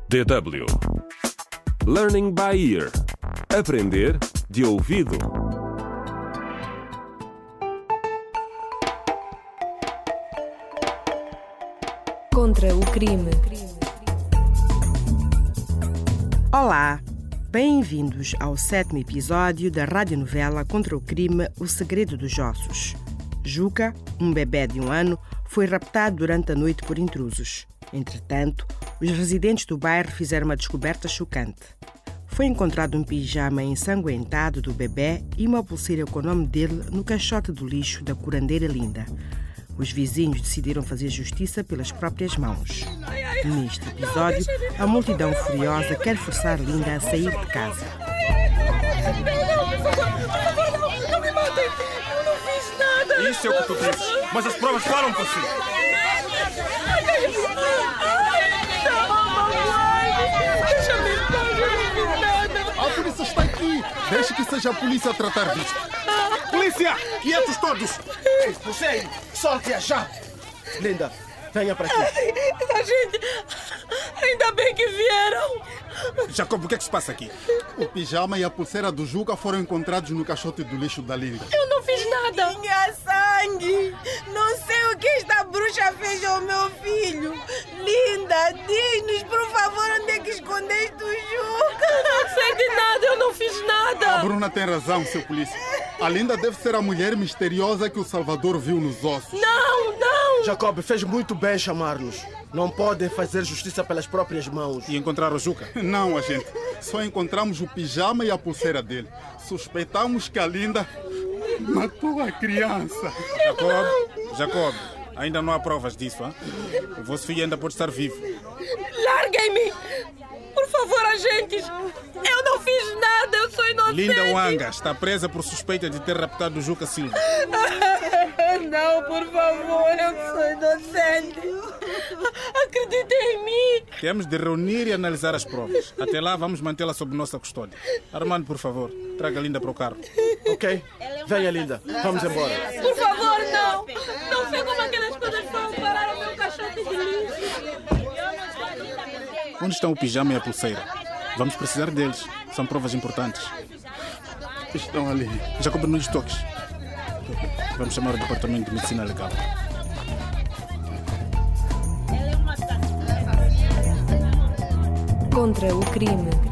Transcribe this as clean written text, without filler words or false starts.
DW Learning by Ear. Aprender de ouvido. Contra o crime. Olá, bem-vindos ao 7º episódio da radionovela Contra o crime, O segredo dos ossos. Juca, um bebê de 1 ano, foi raptado durante a noite por intrusos. Entretanto, os residentes do bairro fizeram uma descoberta chocante. Foi encontrado um pijama ensanguentado do bebê e uma pulseira com o nome dele no caixote do lixo da curandeira Linda. Os vizinhos decidiram fazer justiça pelas próprias mãos. Neste episódio, a multidão furiosa quer forçar Linda a sair de casa. Não me matem! Eu não fiz nada! Isso é o que tu dizes, mas as provas falam por si. Deixa-me em paz, eu não fiz nada! A polícia está aqui! Deixe que seja a polícia a tratar disto. Polícia! Quietos todos! Expulsei! Solte-a já! Linda, venha para aqui. A gente... Ainda bem que vieram! Jacob, o que é que se passa aqui? O pijama e a pulseira do Juca foram encontrados no caixote do lixo da Linda. Eu não fiz nada! Tinha sangue! Não sei o que esta bruxa fez ao meu filho! Linda, diz-nos, por favor, onde é que escondeste o Juca? Eu não sei de nada, eu não fiz A nada! Bruna tem razão, seu polícia. A Linda deve ser a mulher misteriosa que o Salvador viu nos ossos. Não, não! Jacob fez muito bem chamar-nos. Não podem fazer justiça pelas próprias mãos. E encontrar o Juca? Não, agente. Só encontramos o pijama e a pulseira dele. Suspeitamos que a Linda matou a criança. Jacob, ainda não há provas disso, hein? O vosso filho ainda pode estar vivo. Larguem-me! Por favor, agentes! Eu não fiz nada, eu sou inocente! Linda Wanga está presa por suspeita de ter raptado o Juca Silva. Não, por favor, eu sou inocente! Acreditem em mim! Temos de reunir e analisar as provas. Até lá, vamos mantê-la sob nossa custódia. Armando, por favor, traga a Linda para o carro. Ok? Venha, Linda. Vamos embora. Por favor, não! Não sei como aquelas coisas foram parar o meu caixote de lixo! Onde estão o pijama e a pulseira? Vamos precisar deles. São provas importantes. Estão ali. Jacob, não lhes toques. Vamos chamar o Departamento de Medicina Legal. Contra o crime.